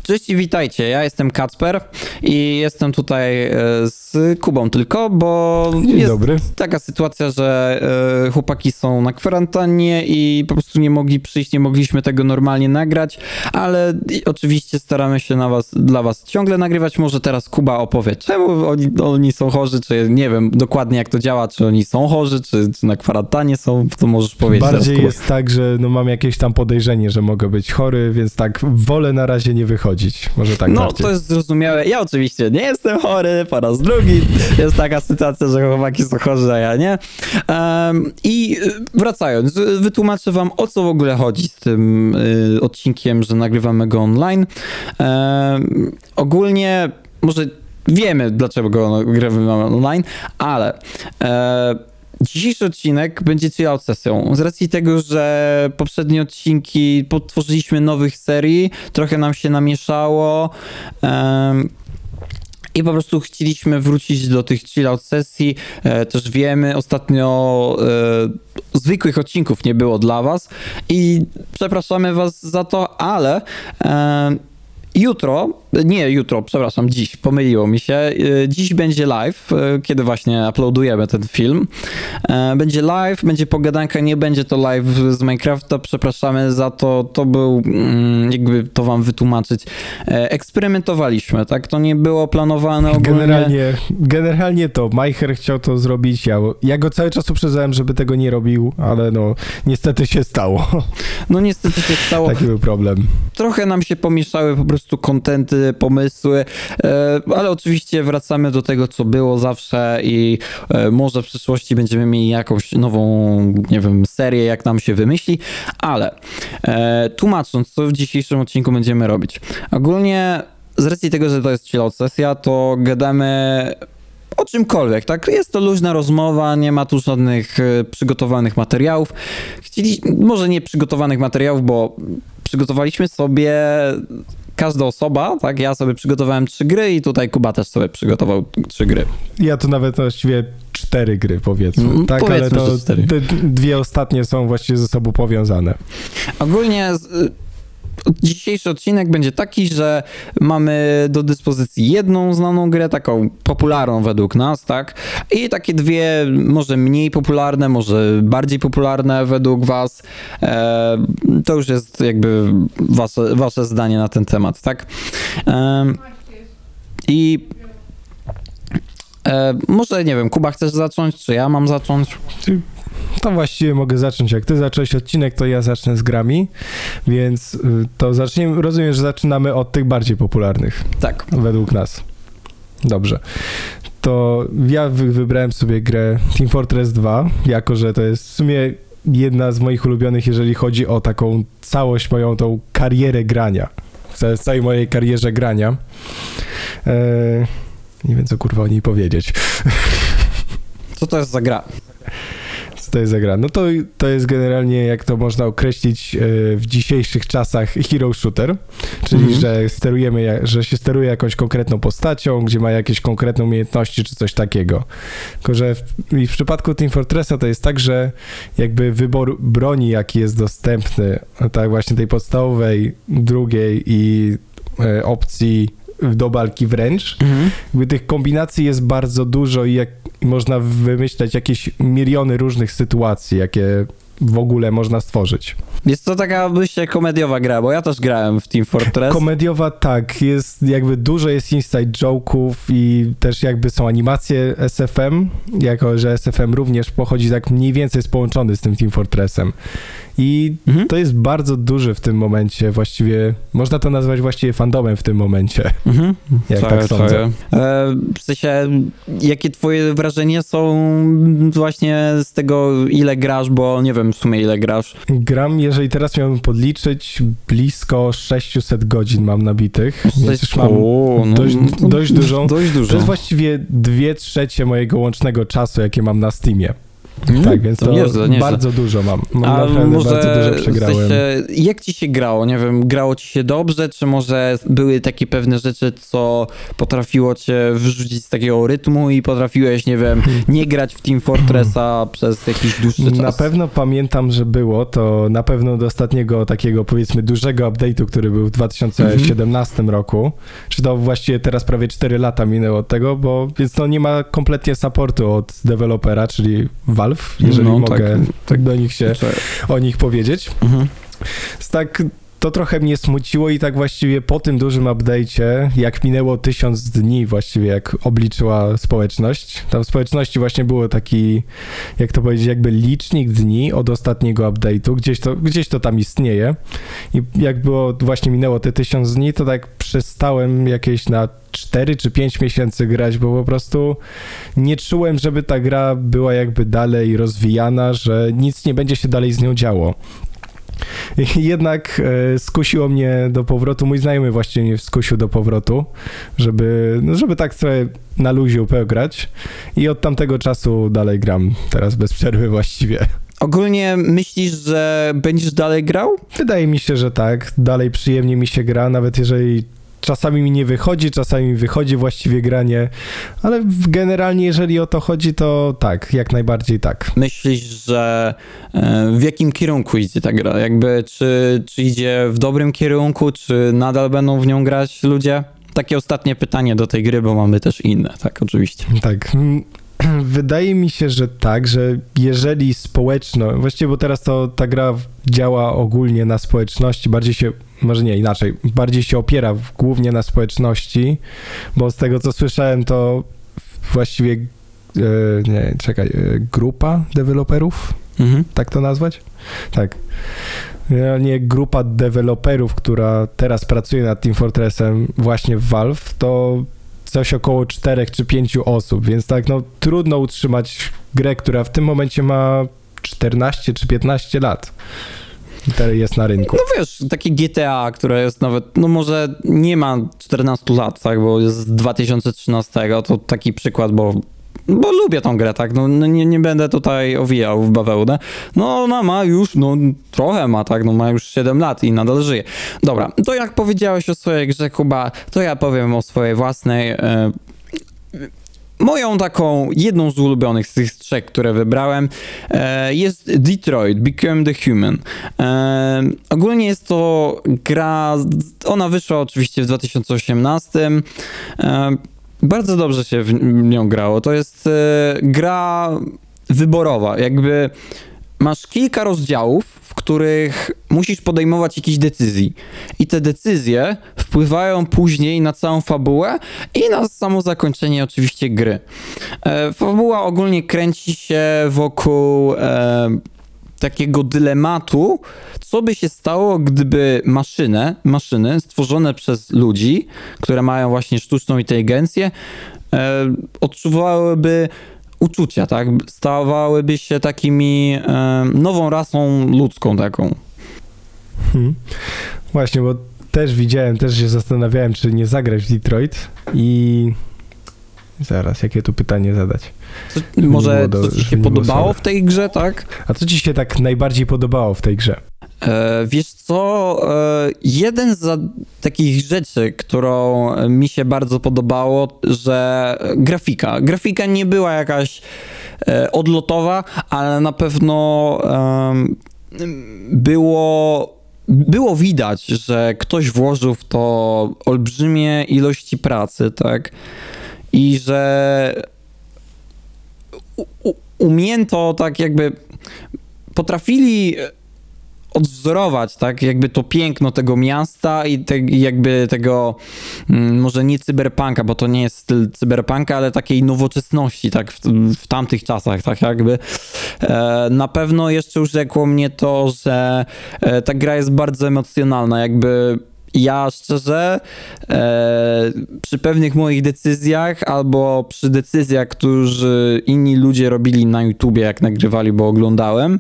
Cześć i witajcie, ja jestem Kacper i jestem tutaj z Kubą tylko, bo jest dobry. taka sytuacja, że chłopaki są na kwarantannie i po prostu nie mogli przyjść, nie mogliśmy tego normalnie nagrać, ale oczywiście staramy się dla was ciągle nagrywać. Może teraz Kuba opowie, czemu oni są chorzy, czy nie wiem dokładnie jak to działa, czy oni są chorzy, czy na kwarantannie są, to możesz powiedzieć. Bardziej jest tak, że mam jakieś tam podejrzenie, że mogę być chory, więc tak wolę na razie nie wychodzić. Może tak bardziej. To jest zrozumiałe. Ja oczywiście nie jestem chory, po raz drugi jest taka sytuacja, że chłopaki są chorzy, a ja nie. I wracając, wytłumaczę wam, o co w ogóle chodzi z tym odcinkiem, że nagrywamy go online. Ogólnie może wiemy, dlaczego go nagrywamy online, ale dzisiejszy odcinek będzie chill-out sesją. Z racji tego, że poprzednie odcinki potworzyliśmy nowych serii, trochę nam się namieszało i po prostu chcieliśmy wrócić do tych chill-out sesji. Też wiemy, ostatnio zwykłych odcinków nie było dla was i przepraszamy was za to, ale dziś, pomyliło mi się. Dziś będzie live, kiedy właśnie uploadujemy ten film. Będzie live, będzie pogadanka, nie będzie to live z Minecrafta, przepraszamy za to. To był, jakby to wam wytłumaczyć, eksperymentowaliśmy, tak? To nie było planowane ogólnie. Generalnie to Majcher chciał to zrobić, ja go cały czas uprzedzałem, żeby tego nie robił, ale niestety się stało. Niestety się stało. Taki był problem. Trochę nam się pomieszały po prostu kontenty, pomysły, ale oczywiście wracamy do tego, co było zawsze i może w przyszłości będziemy mieli jakąś nową, nie wiem, serię, jak nam się wymyśli, ale tłumacząc, co w dzisiejszym odcinku będziemy robić. Ogólnie z racji tego, że to jest chill-out sesja, to gadamy o czymkolwiek, tak? Jest to luźna rozmowa, nie ma tu żadnych przygotowanych materiałów. Może nie przygotowanych materiałów, bo przygotowaliśmy sobie, każda osoba, tak? Ja sobie przygotowałem 3 gry i tutaj Kuba też sobie przygotował 3 gry. Ja tu nawet właściwie 4 gry, powiedzmy. Tak, powiedzmy, ale że 4. Te 2 ostatnie są właściwie ze sobą powiązane. Ogólnie dzisiejszy odcinek będzie taki, że mamy do dyspozycji jedną znaną grę, taką popularną według nas, tak? I takie 2 może mniej popularne, może bardziej popularne według was. To już jest jakby wasze zdanie na ten temat, tak? Może, nie wiem, Kuba, chcesz zacząć, czy ja mam zacząć? To właściwie mogę zacząć. Jak ty zacząłeś odcinek, to ja zacznę z grami, więc to zaczniemy. Rozumiem, że zaczynamy od tych bardziej popularnych. Tak. Według nas. Dobrze. To ja wybrałem sobie grę Team Fortress 2, jako że to jest w sumie jedna z moich ulubionych, jeżeli chodzi o taką całość, moją tą karierę grania. W całej mojej karierze grania. Nie wiem, co kurwa o niej powiedzieć. Co to jest za gra? Co to jest za gra? To jest generalnie, jak to można określić w dzisiejszych czasach, hero shooter, czyli że się steruje jakąś konkretną postacią, gdzie ma jakieś konkretne umiejętności czy coś takiego. Tylko, że w przypadku Team Fortressa to jest tak, że jakby wybór broni, jaki jest dostępny, tak właśnie tej podstawowej, drugiej i opcji do walki wręcz. Jakby tych kombinacji jest bardzo dużo i można wymyśleć jakieś miliony różnych sytuacji, jakie w ogóle można stworzyć. Jest to taka, myślę, komediowa gra, bo ja też grałem w Team Fortress. Komediowa, tak. Jest jakby dużo jest inside joke'ów i też jakby są animacje SFM, jako że SFM również pochodzi tak mniej więcej jest połączony z tym Team Fortressem. I to jest bardzo duży w tym momencie, właściwie, można to nazwać właściwie fandomem w tym momencie, jak tak sądzę. W sensie, jakie twoje wrażenia są właśnie z tego, ile grasz, bo nie wiem w sumie ile grasz. Gram, jeżeli teraz miałbym podliczyć, blisko 600 godzin mam nabitych, więc już mam dość dużą. Dość dużo. To jest właściwie 2/3 mojego łącznego czasu, jakie mam na Steamie. Tak, więc to nieźle. bardzo dużo mam. A Naprawdę może bardzo dużo przegrałem. w sensie, jak ci się grało? Nie wiem, grało ci się dobrze, czy może były takie pewne rzeczy, co potrafiło cię wyrzucić z takiego rytmu i potrafiłeś, nie wiem, nie grać w Team Fortressa przez jakiś dłuższy czas? Na pewno pamiętam, że było to na pewno do ostatniego takiego, powiedzmy, dużego update'u, który był w 2017 roku. Czy to właściwie teraz prawie 4 lata minęło od tego, więc to nie ma kompletnie supportu od dewelopera, czyli Valve, jeżeli mogę do nich o nich powiedzieć. Tak, to trochę mnie smuciło i tak właściwie po tym dużym update'cie, jak minęło 1000 dni właściwie, jak obliczyła społeczność, tam w społeczności właśnie było taki, jak to powiedzieć, jakby licznik dni od ostatniego update'u, gdzieś to tam istnieje i jak było, właśnie minęło te 1000 dni, to tak przestałem jakieś na 4 czy 5 miesięcy grać, bo po prostu nie czułem, żeby ta gra była jakby dalej rozwijana, że nic nie będzie się dalej z nią działo. Jednak skusiło mnie do powrotu, mój znajomy właściwie mnie skusił do powrotu, żeby tak trochę na luzie pograć i od tamtego czasu dalej gram, teraz bez przerwy właściwie. Ogólnie myślisz, że będziesz dalej grał? Wydaje mi się, że tak, dalej przyjemnie mi się gra, nawet jeżeli czasami mi nie wychodzi, czasami mi wychodzi właściwie granie, ale generalnie jeżeli o to chodzi, to tak, jak najbardziej tak. Myślisz, że w jakim kierunku idzie ta gra? Jakby czy idzie w dobrym kierunku, czy nadal będą w nią grać ludzie? Takie ostatnie pytanie do tej gry, bo mamy też inne, tak, oczywiście. Tak. Wydaje mi się, że tak, że jeżeli właściwie, bo teraz ta gra działa ogólnie na społeczności, bardziej się opiera głównie na społeczności, bo z tego co słyszałem, to właściwie, grupa deweloperów, tak to nazwać? Tak. Nie, grupa deweloperów, która teraz pracuje nad Team Fortressem właśnie w Valve, to coś około 4 czy 5 osób, więc tak, trudno utrzymać grę, która w tym momencie ma 14 czy 15 lat. Teraz jest na rynku. No wiesz, takie GTA, które jest nawet, może nie ma 14 lat, tak, bo jest z 2013, to taki przykład, bo lubię tą grę, tak, nie będę tutaj owijał w bawełnę. Ona ma już, trochę ma, tak, ma już 7 lat i nadal żyje. Dobra, to jak powiedziałeś o swojej grze, Kuba, to ja powiem o swojej własnej. Moją taką, jedną z ulubionych z tych 3, które wybrałem, jest Detroit Become the Human. Ogólnie jest to gra, ona wyszła oczywiście w 2018. Bardzo dobrze się w nią grało. To jest gra wyborowa. Jakby masz kilka rozdziałów, w których musisz podejmować jakieś decyzje. I te decyzje wpływają później na całą fabułę i na samo zakończenie oczywiście gry. Fabuła ogólnie kręci się wokół takiego dylematu, co by się stało, gdyby maszyny stworzone przez ludzi, które mają właśnie sztuczną inteligencję, odczuwałyby uczucia, tak? Stawałyby się takimi nową rasą ludzką taką. Właśnie, bo też się zastanawiałem, czy nie zagrać w Detroit i zaraz, jakie tu pytanie zadać? Co ci się podobało w tej grze, tak? A co ci się tak najbardziej podobało w tej grze? Wiesz co, jeden z takich rzeczy, którą mi się bardzo podobało, że grafika nie była jakaś odlotowa, ale na pewno było widać, że ktoś włożył w to olbrzymie ilości pracy, tak? I że umięto tak jakby potrafili odwzorować, tak, jakby to piękno tego miasta i jakby tego, może nie cyberpunka, bo to nie jest styl cyberpunka, ale takiej nowoczesności, tak, w tamtych czasach, tak jakby. Na pewno jeszcze urzekło mnie to, że ta gra jest bardzo emocjonalna, jakby ja szczerze przy pewnych moich decyzjach albo przy decyzjach, którzy inni ludzie robili na YouTubie, jak nagrywali, bo oglądałem,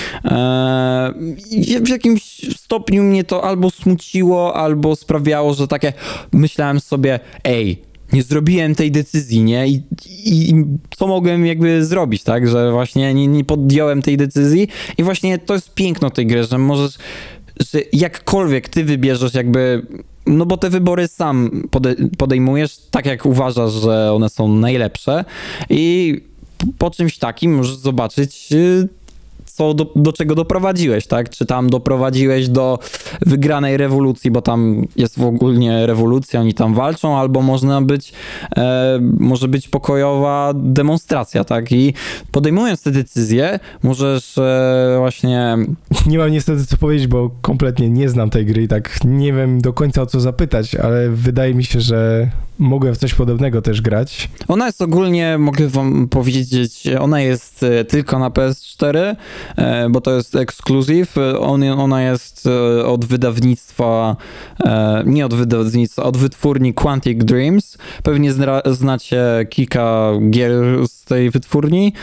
w jakimś stopniu mnie to albo smuciło, albo sprawiało, że takie myślałem sobie, nie zrobiłem tej decyzji, nie? I co mogłem jakby zrobić, tak? Że właśnie nie podjąłem tej decyzji i właśnie to jest piękno tej gry, że możesz, że jakkolwiek ty wybierzesz jakby, no bo te wybory sam podejmujesz tak, jak uważasz, że one są najlepsze i po czymś takim możesz zobaczyć, do czego doprowadziłeś, tak? Czy tam doprowadziłeś do wygranej rewolucji, bo tam jest w ogóle rewolucja, oni tam walczą, albo może być pokojowa demonstracja, tak? I podejmując te decyzje, możesz właśnie... Nie mam niestety co powiedzieć, bo kompletnie nie znam tej gry i tak nie wiem do końca o co zapytać, ale wydaje mi się, że mogłem w coś podobnego też grać. Ona jest ogólnie, mogę wam powiedzieć, ona jest tylko na PS4, bo to jest ekskluzyw. Ona jest od wydawnictwa, nie od wydawnictwa, od wytwórni Quantic Dreams. Pewnie znacie kilka gier z tej wytwórni.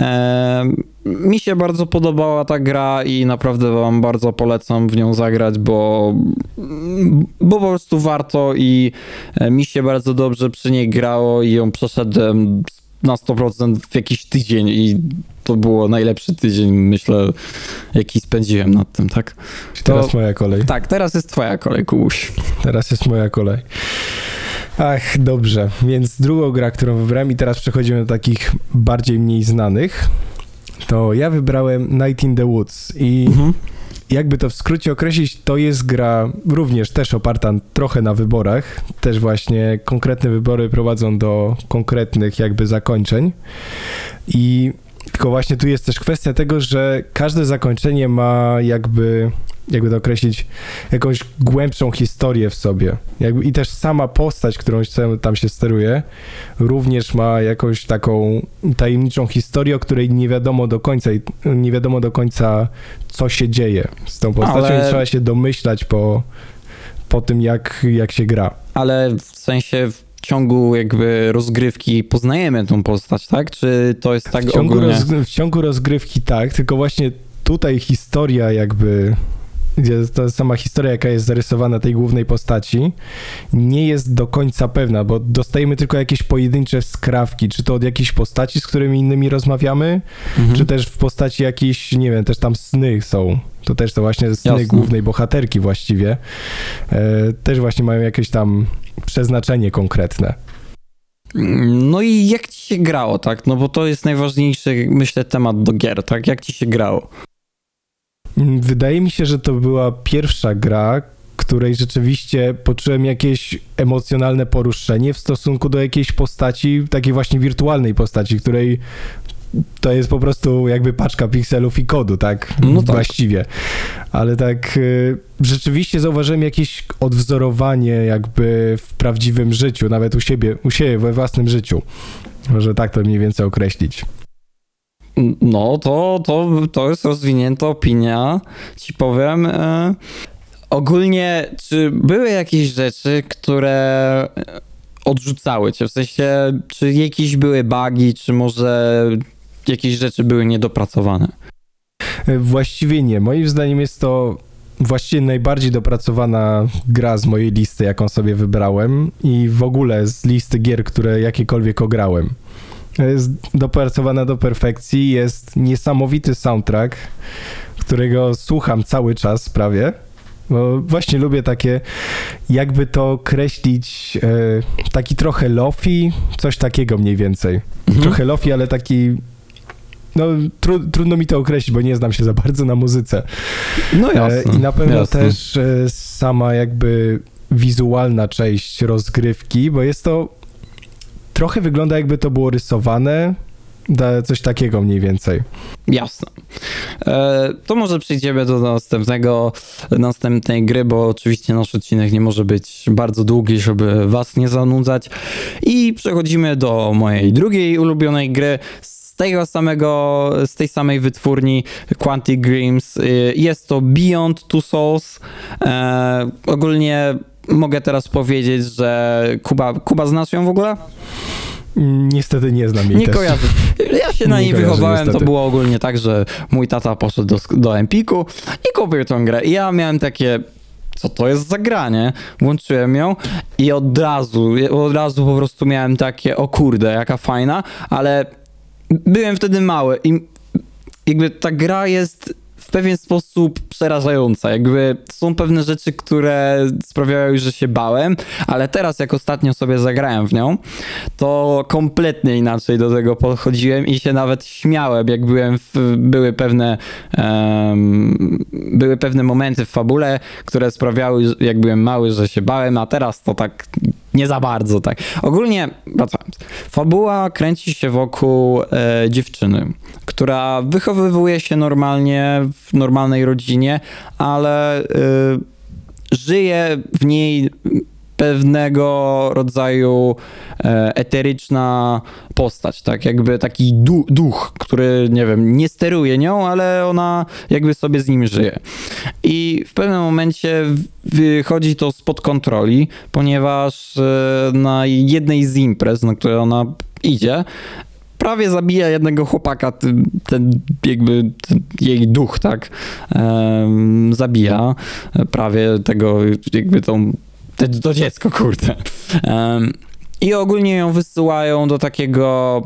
Mi się bardzo podobała ta gra i naprawdę wam bardzo polecam w nią zagrać, bo po prostu warto i mi się bardzo dobrze przy niej grało i ją przeszedłem na 100% w jakiś tydzień i to było najlepszy tydzień, myślę, jaki spędziłem nad tym, tak? Teraz moja kolej. Tak, teraz jest twoja kolej, Kubuś. Teraz jest moja kolej. Ach, dobrze. Więc drugą grę, którą wybrałem i teraz przechodzimy do takich bardziej mniej znanych, to ja wybrałem Night in the Woods i jakby to w skrócie określić, to jest gra również też oparta trochę na wyborach. Też właśnie konkretne wybory prowadzą do konkretnych jakby zakończeń. I tylko właśnie tu jest też kwestia tego, że każde zakończenie ma jakby to określić, jakąś głębszą historię w sobie. I też sama postać, którą tam się steruje, również ma jakąś taką tajemniczą historię, o której nie wiadomo do końca, co się dzieje z tą postacią i trzeba się domyślać po tym, jak się gra. Ale w sensie w ciągu jakby rozgrywki poznajemy tą postać, tak? Czy to jest tak ogólnie? W ciągu rozgrywki tak, tylko właśnie tutaj historia jakby... ta sama historia, jaka jest zarysowana tej głównej postaci, nie jest do końca pewna, bo dostajemy tylko jakieś pojedyncze skrawki, czy to od jakichś postaci, z którymi innymi rozmawiamy, czy też w postaci jakichś, nie wiem, też tam sny są. To też to właśnie sny Jasne. głównej bohaterki właściwie. Też właśnie mają jakieś tam przeznaczenie konkretne. No i jak ci się grało, tak? No bo to jest najważniejszy, myślę, temat do gier, tak? Jak ci się grało? Wydaje mi się, że to była pierwsza gra, której rzeczywiście poczułem jakieś emocjonalne poruszenie w stosunku do jakiejś postaci, takiej właśnie wirtualnej postaci, której to jest po prostu jakby paczka pikselów i kodu, tak? No tak. Właściwie. Ale tak rzeczywiście zauważyłem jakieś odwzorowanie jakby w prawdziwym życiu, nawet u siebie we własnym życiu. Może tak to mniej więcej określić. No, to jest rozwinięta opinia, ci powiem. Ogólnie, czy były jakieś rzeczy, które odrzucały cię? W sensie, czy jakieś były bugi, czy może jakieś rzeczy były niedopracowane? Właściwie nie. Moim zdaniem jest to właściwie najbardziej dopracowana gra z mojej listy, jaką sobie wybrałem i w ogóle z listy gier, które jakiekolwiek ograłem. Jest dopracowana do perfekcji, jest niesamowity soundtrack, którego słucham cały czas prawie, bo właśnie lubię takie, jakby to określić, taki trochę lofi, coś takiego mniej więcej. Trochę lofi, ale taki, no trudno mi to określić, bo nie znam się za bardzo na muzyce. No jasne. I na pewno jasne. też sama jakby wizualna część rozgrywki, bo jest to trochę wygląda, jakby to było rysowane, coś takiego mniej więcej. Jasne. To może przejdziemy do następnej gry, bo oczywiście nasz odcinek nie może być bardzo długi, żeby was nie zanudzać. I przechodzimy do mojej drugiej ulubionej gry z tej samej wytwórni Quantic Dreams. Jest to Beyond Two Souls. Ogólnie mogę teraz powiedzieć, że Kuba znasz ją w ogóle? Niestety nie znam jej Nie też. kojarzę. Ja się na niej wychowałem, niestety. to było ogólnie tak, że mój tata poszedł do Empiku i kupił tą grę. I ja miałem takie, co to jest za gra, nie? Włączyłem ją i od razu po prostu miałem takie, o kurde, jaka fajna, ale byłem wtedy mały i jakby ta gra jest w pewien sposób przerażająca. Jakby są pewne rzeczy, które sprawiają, że się bałem, ale teraz jak ostatnio sobie zagrałem w nią, to kompletnie inaczej do tego podchodziłem i się nawet śmiałem, jak były pewne momenty w fabule, które sprawiały, jak byłem mały, że się bałem, a teraz to tak nie za bardzo, tak. Ogólnie, wracając, fabuła kręci się wokół dziewczyny, która wychowywuje się normalnie w normalnej rodzinie, ale żyje w niej pewnego rodzaju eteryczna postać, tak, jakby taki duch, który, nie wiem, nie steruje nią, ale ona jakby sobie z nim żyje. I w pewnym momencie wychodzi to spod kontroli, ponieważ na jednej z imprez, na które ona idzie, prawie zabija jednego chłopaka, ten jej duch, tak, zabija prawie tego, jakby to dziecko, kurde. I ogólnie ją wysyłają do takiego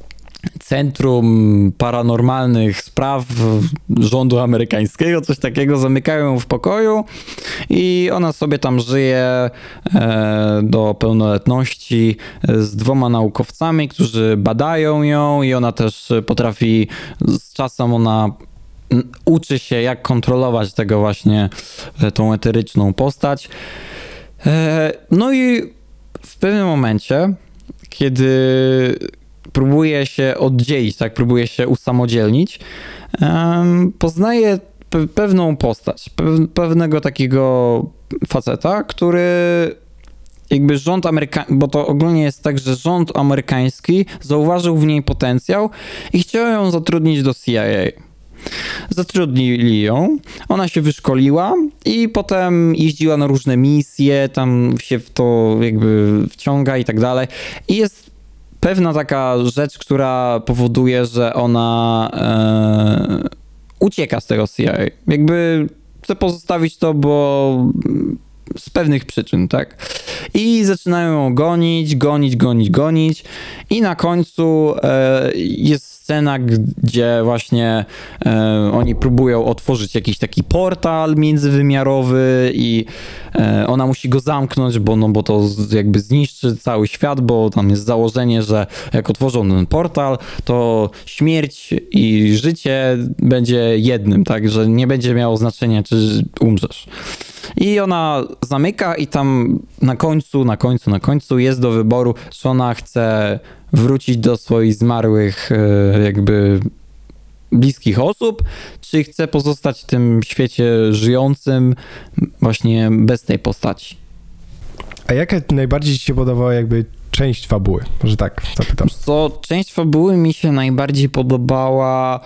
Centrum Paranormalnych Spraw rządu amerykańskiego, coś takiego, zamykają ją w pokoju i ona sobie tam żyje do pełnoletności z 2 naukowcami, którzy badają ją i ona też potrafi, z czasem ona uczy się, jak kontrolować tego właśnie, tą eteryczną postać. No i w pewnym momencie, kiedy próbuje się oddzielić, tak, próbuje się usamodzielnić, poznaje pewną postać, pewnego takiego faceta, który jakby rząd amerykański, bo to ogólnie jest tak, że rząd amerykański zauważył w niej potencjał i chciał ją zatrudnić do CIA. Zatrudnili ją, ona się wyszkoliła i potem jeździła na różne misje, tam się w to jakby wciąga i tak dalej. I jest pewna taka rzecz, która powoduje, że ona ucieka z tego CIA. Jakby chce pozostawić to, bo z pewnych przyczyn, tak? I zaczynają ją gonić i na końcu jest scena, gdzie właśnie oni próbują otworzyć jakiś taki portal międzywymiarowy i ona musi go zamknąć, bo to jakby zniszczy cały świat, bo tam jest założenie, że jak otworzą ten portal, to śmierć i życie będzie jednym, tak? Że nie będzie miało znaczenia, czy umrzesz. I ona zamyka i tam na końcu jest do wyboru, czy ona chce wrócić do swoich zmarłych jakby bliskich osób, czy chce pozostać w tym świecie żyjącym właśnie bez tej postaci. A jaka najbardziej ci się podobała jakby część fabuły? Może tak zapytam. Część fabuły mi się najbardziej podobała,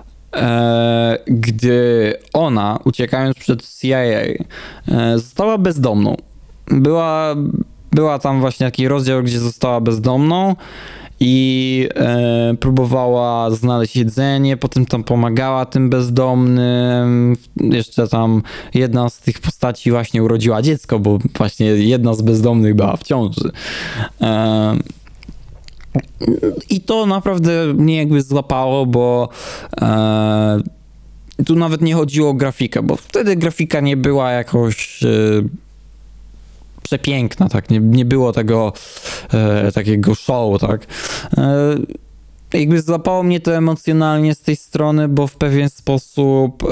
gdy ona, uciekając przed CIA, została bezdomną. Była tam właśnie taki rozdział, gdzie została bezdomną i próbowała znaleźć jedzenie, potem tam pomagała tym bezdomnym. Jeszcze tam jedna z tych postaci właśnie urodziła dziecko, bo właśnie jedna z bezdomnych była w ciąży. I to naprawdę mnie jakby złapało, bo tu nawet nie chodziło o grafikę, bo wtedy grafika nie była jakoś przepiękna, tak? Nie było tego takiego show, tak? Jakby złapało mnie to emocjonalnie z tej strony, bo w pewien sposób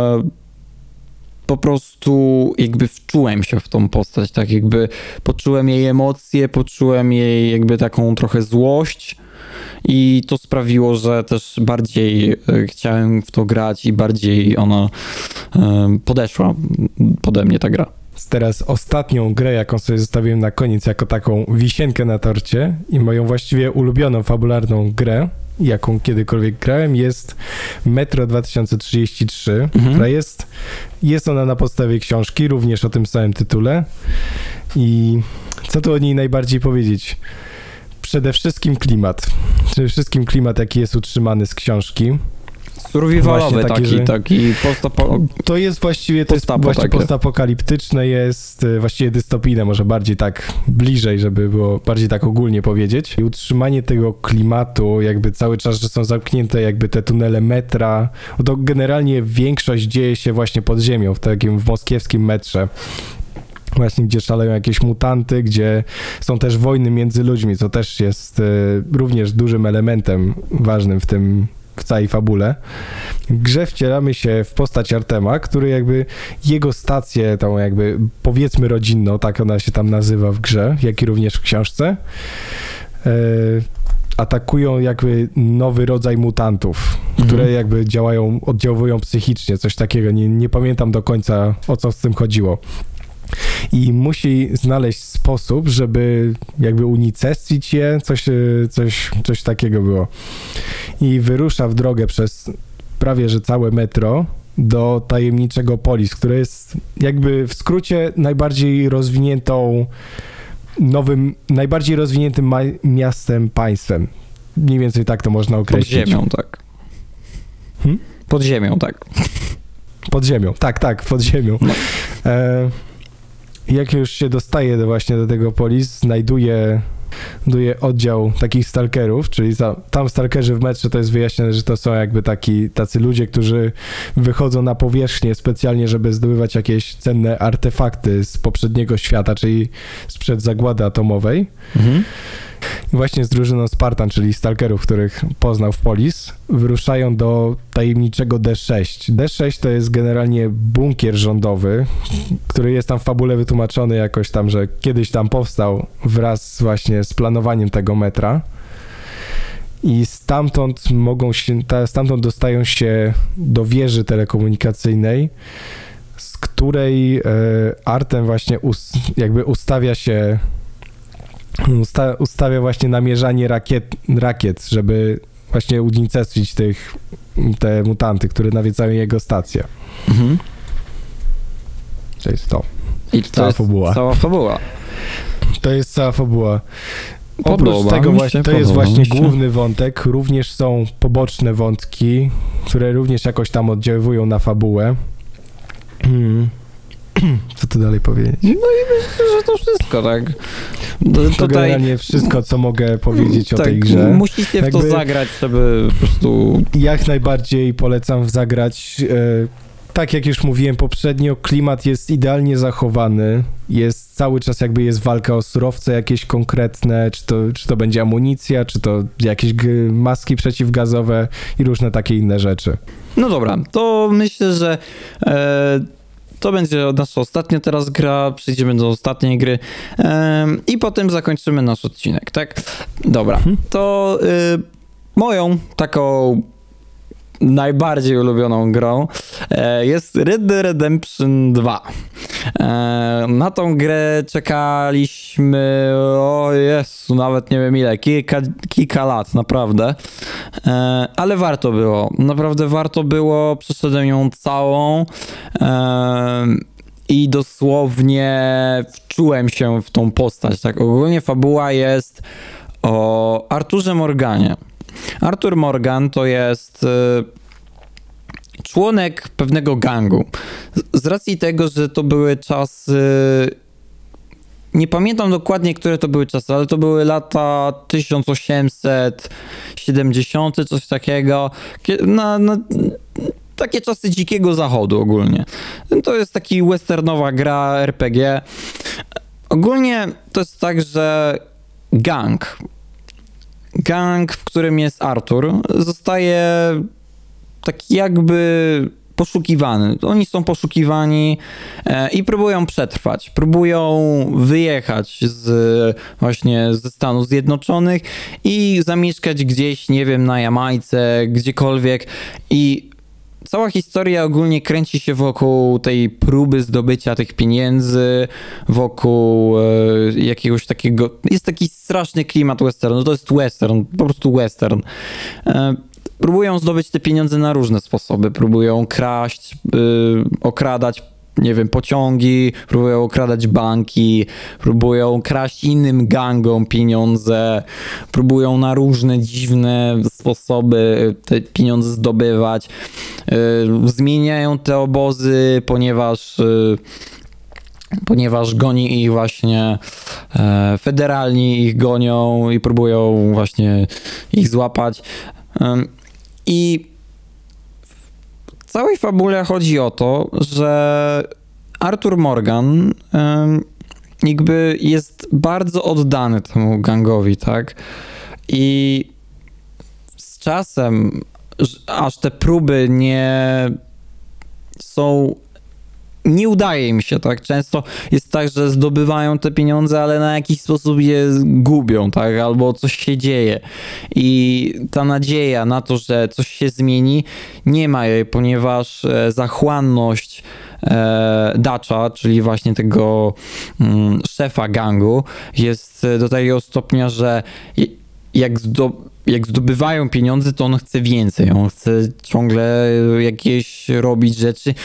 po prostu jakby wczułem się w tą postać, tak jakby poczułem jej emocje, poczułem jej jakby taką trochę złość i to sprawiło, że też bardziej chciałem w to grać i bardziej ona podeszła pode mnie ta gra. Teraz ostatnią grę, jaką sobie zostawiłem na koniec jako taką wisienkę na torcie i moją właściwie ulubioną fabularną grę, jaką kiedykolwiek grałem, jest Metro 2033, która jest ona na podstawie książki, również o tym samym tytule. I co tu o niej najbardziej powiedzieć? Przede wszystkim klimat, jaki jest utrzymany z książki. Survivalowy Właśnie taki, że- taki To jest właściwie, to jest Postapo właśnie takie. postapokaliptyczne, jest właściwie dystopijne, może bardziej tak bliżej, żeby było bardziej tak ogólnie powiedzieć. I utrzymanie tego klimatu, jakby cały czas, że są zamknięte jakby te tunele metra, bo to generalnie większość dzieje się właśnie pod ziemią, w moskiewskim metrze. Właśnie, gdzie szaleją jakieś mutanty, gdzie są też wojny między ludźmi, co też jest również dużym elementem ważnym w całej fabule. W grze wcielamy się w postać Artema, który jakby jego stację, tą jakby powiedzmy rodzinną, tak ona się tam nazywa w grze, jak i również w książce, atakują jakby nowy rodzaj mutantów, które jakby oddziałują psychicznie, coś takiego. Nie pamiętam do końca, o co z tym chodziło. I musi znaleźć sposób, żeby jakby unicestwić je, coś takiego było. I wyrusza w drogę przez prawie że całe metro do tajemniczego Polis, które jest jakby w skrócie najbardziej rozwiniętym miastem, państwem. Mniej więcej tak to można pod określić. ziemią, tak. Pod ziemią, tak. Pod ziemią, tak, pod ziemią. No. Jak już się dostaje właśnie do tego Polis, znajduje oddział takich stalkerów, czyli tam stalkerzy w metrze to jest wyjaśnione, że to są jakby tacy ludzie, którzy wychodzą na powierzchnię specjalnie, żeby zdobywać jakieś cenne artefakty z poprzedniego świata, czyli sprzed zagłady atomowej. I właśnie z drużyną Spartan, czyli stalkerów, których poznał w Polis, wyruszają do tajemniczego D6. D6 to jest generalnie bunkier rządowy, który jest tam w fabule wytłumaczony jakoś tam, że kiedyś tam powstał wraz właśnie z planowaniem tego metra. I stamtąd dostają się do wieży telekomunikacyjnej, z której Artem właśnie ustawia właśnie namierzanie rakiet, żeby właśnie unicestwić te mutanty, które nawiedzają jego stację. To jest to. I to Cała jest fabuła. cała fabuła. To jest cała fabuła. Podoba Oprócz tego mi właśnie, się, to jest podoba właśnie mi się. główny wątek, również są poboczne wątki, które również jakoś tam oddziaływują na fabułę. Co tu dalej powiedzieć? No i myślę, że to wszystko, tak. To generalnie wszystko, co mogę powiedzieć o tej grze. Musicie w to Jakby- zagrać, żeby po prostu... Jak najbardziej polecam zagrać. Tak jak już mówiłem poprzednio, klimat jest idealnie zachowany. Jest cały czas jest walka o surowce jakieś konkretne, czy to będzie amunicja, czy to jakieś maski przeciwgazowe i różne takie inne rzeczy. No dobra, to myślę, że to będzie nasza ostatnia teraz gra, przejdziemy do ostatniej gry i potem zakończymy nasz odcinek, tak? Dobra, to moją taką najbardziej ulubioną grą jest Red Dead Redemption 2. Na tą grę czekaliśmy, o Jezu, nawet nie wiem ile, kilka lat, naprawdę. Ale warto było, naprawdę warto było, przeszedłem ją całą i dosłownie wczułem się w tą postać, tak? Ogólnie fabuła jest o Arturze Morganie. Arthur Morgan to jest członek pewnego gangu. Z racji tego, że to były czasy... Nie pamiętam dokładnie, które to były czasy, ale to były lata 1870, coś takiego. Takie czasy dzikiego zachodu ogólnie. To jest taki westernowa gra RPG. Ogólnie to jest tak, że gang, w którym jest Arthur, zostaje taki jakby poszukiwany. Oni są poszukiwani i próbują przetrwać. Próbują wyjechać ze Stanów Zjednoczonych i zamieszkać gdzieś, nie wiem, na Jamajce, gdziekolwiek. I cała historia ogólnie kręci się wokół tej próby zdobycia tych pieniędzy, wokół jakiegoś takiego... Jest taki straszny klimat westernu. To jest western, po prostu western. Próbują zdobyć te pieniądze na różne sposoby. Próbują kraść, okradać nie wiem, pociągi, próbują okradać banki, próbują kraść innym gangom pieniądze, próbują na różne dziwne sposoby te pieniądze zdobywać. Zmieniają te obozy, ponieważ goni ich właśnie federalni, ich gonią i próbują właśnie ich złapać. I w całej fabule chodzi o to, że Arthur Morgan jakby jest bardzo oddany temu gangowi, tak? I z czasem, aż te próby nie udaje im się, tak? Często jest tak, że zdobywają te pieniądze, ale na jakiś sposób je gubią, tak? Albo coś się dzieje. I ta nadzieja na to, że coś się zmieni, nie ma jej, ponieważ zachłanność Dutcha, czyli właśnie tego szefa gangu, jest do takiego stopnia, że jak zdobywają pieniądze, to on chce więcej. On chce ciągle jakieś robić rzeczy.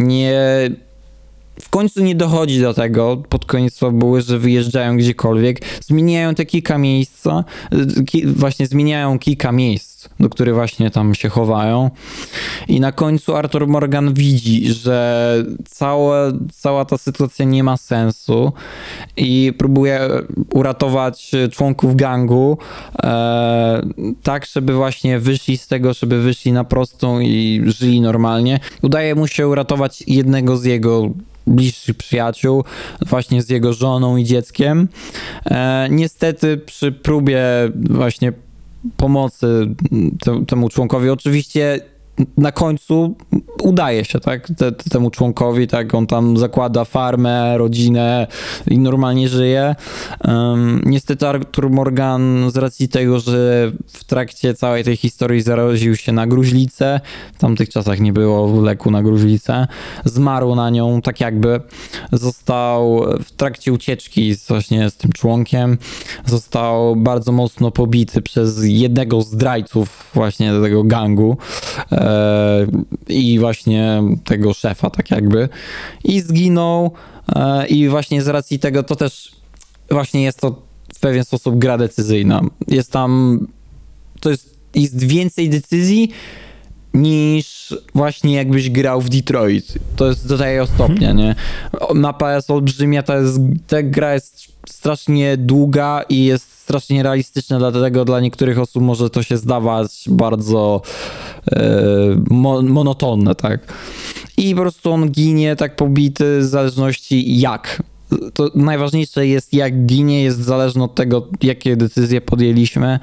W końcu nie dochodzi do tego, pod koniec fabuły, że wyjeżdżają gdziekolwiek, zmieniają te kilka miejsca, zmieniają kilka miejsc, do których właśnie tam się chowają i na końcu Arthur Morgan widzi, że cała ta sytuacja nie ma sensu i próbuje uratować członków gangu tak, żeby właśnie wyszli z tego, żeby wyszli na prostą i żyli normalnie. Udaje mu się uratować jednego z jego bliższych przyjaciół, właśnie z jego żoną i dzieckiem. Niestety przy próbie właśnie pomocy temu członkowi, oczywiście na końcu udaje się, tak, temu członkowi, tak, on tam zakłada farmę, rodzinę i normalnie żyje. Niestety Arthur Morgan z racji tego, że w trakcie całej tej historii zaraził się na gruźlicę, w tamtych czasach nie było leku na gruźlicę, zmarł na nią, tak jakby został w trakcie ucieczki właśnie z tym członkiem, został bardzo mocno pobity przez jednego z zdrajców właśnie tego gangu, i właśnie tego szefa, tak jakby, i zginął i właśnie z racji tego to też właśnie jest to w pewien sposób gra decyzyjna. Jest więcej decyzji niż właśnie jakbyś grał w Detroit. To jest do takiego stopnia, nie? Mapa jest olbrzymia, ta gra jest strasznie długa i jest strasznie realistyczna, dlatego dla niektórych osób może to się zdawać bardzo monotonne, tak? I po prostu on ginie tak pobity w zależności jak. To najważniejsze jest jak ginie, jest zależne od tego, jakie decyzje podjęliśmy.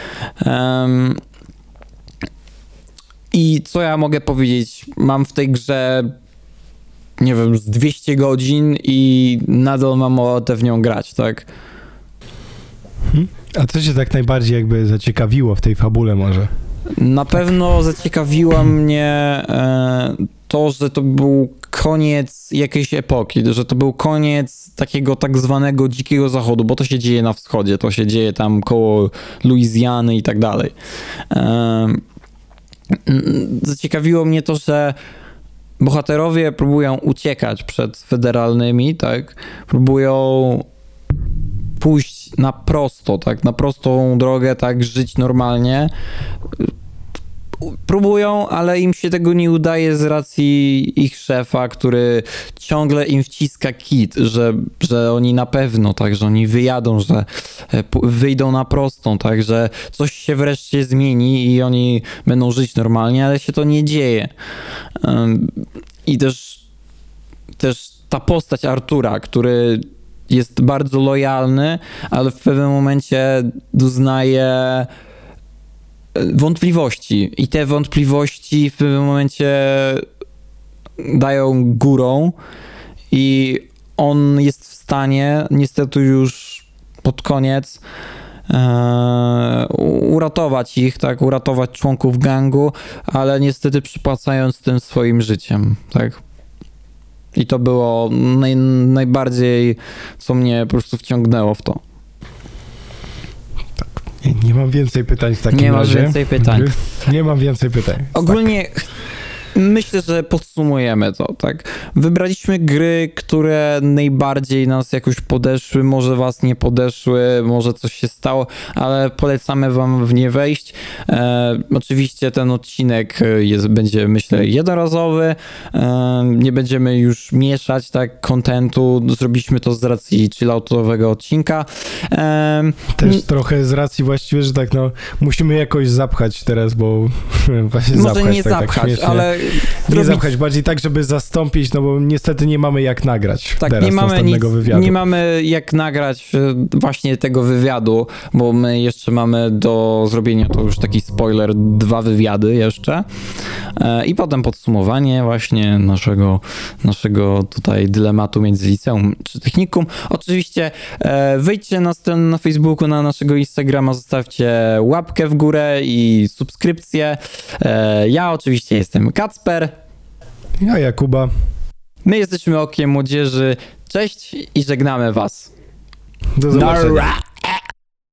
I co ja mogę powiedzieć? Mam w tej grze, nie wiem, z 200 godzin i nadal mam ochotę w nią grać, tak? A co cię tak najbardziej jakby zaciekawiło w tej fabule może? Na pewno zaciekawiło mnie to, że to był koniec jakiejś epoki, że to był koniec takiego tak zwanego dzikiego zachodu, bo to się dzieje na wschodzie, to się dzieje tam koło Luizjany i tak dalej. Zaciekawiło mnie to, że bohaterowie próbują uciekać przed federalnymi, tak? Próbują pójść na prosto, tak? Na prostą drogę, tak? Żyć normalnie. Próbują, ale im się tego nie udaje z racji ich szefa, który ciągle im wciska kit, że oni na pewno, tak, że oni wyjadą, że wyjdą na prostą, tak, że coś się wreszcie zmieni i oni będą żyć normalnie, ale się to nie dzieje. I też ta postać Artura, który jest bardzo lojalny, ale w pewnym momencie doznaje wątpliwości i te wątpliwości w pewnym momencie dają górą i on jest w stanie, niestety już pod koniec, uratować ich, tak, uratować członków gangu, ale niestety przypłacając tym swoim życiem, tak. I to było najbardziej, co mnie po prostu wciągnęło w to. Nie mam więcej pytań w takim razie. Nie masz więcej pytań. Nie mam więcej pytań. Ogólnie myślę, że podsumujemy to, tak? Wybraliśmy gry, które najbardziej nas jakoś podeszły, może was nie podeszły, może coś się stało, ale polecamy wam w nie wejść. Oczywiście ten odcinek będzie, myślę, jednorazowy. Nie będziemy już mieszać tak kontentu. Zrobiliśmy to z racji chilloutowego odcinka. Też trochę z racji właściwie, że tak no, musimy jakoś zapchać teraz, bo właśnie Może zapchać, nie tak zapchać, śmiesznie. ale Nie zapchać, bardziej tak, żeby zastąpić, no bo niestety nie mamy jak nagrać tak, teraz nie mamy następnego wywiadu. nie mamy jak nagrać właśnie tego wywiadu, bo my jeszcze mamy do zrobienia, to już taki spoiler, 2 wywiady jeszcze i potem podsumowanie właśnie naszego tutaj dylematu między liceum czy technikum. Oczywiście wejdźcie na stronę na Facebooku, na naszego Instagrama, zostawcie łapkę w górę i subskrypcję. Ja oczywiście jestem Kacper. Ja, Jakuba. My jesteśmy Okiem Młodzieży. Cześć i żegnamy was. Do zobaczenia. Nara!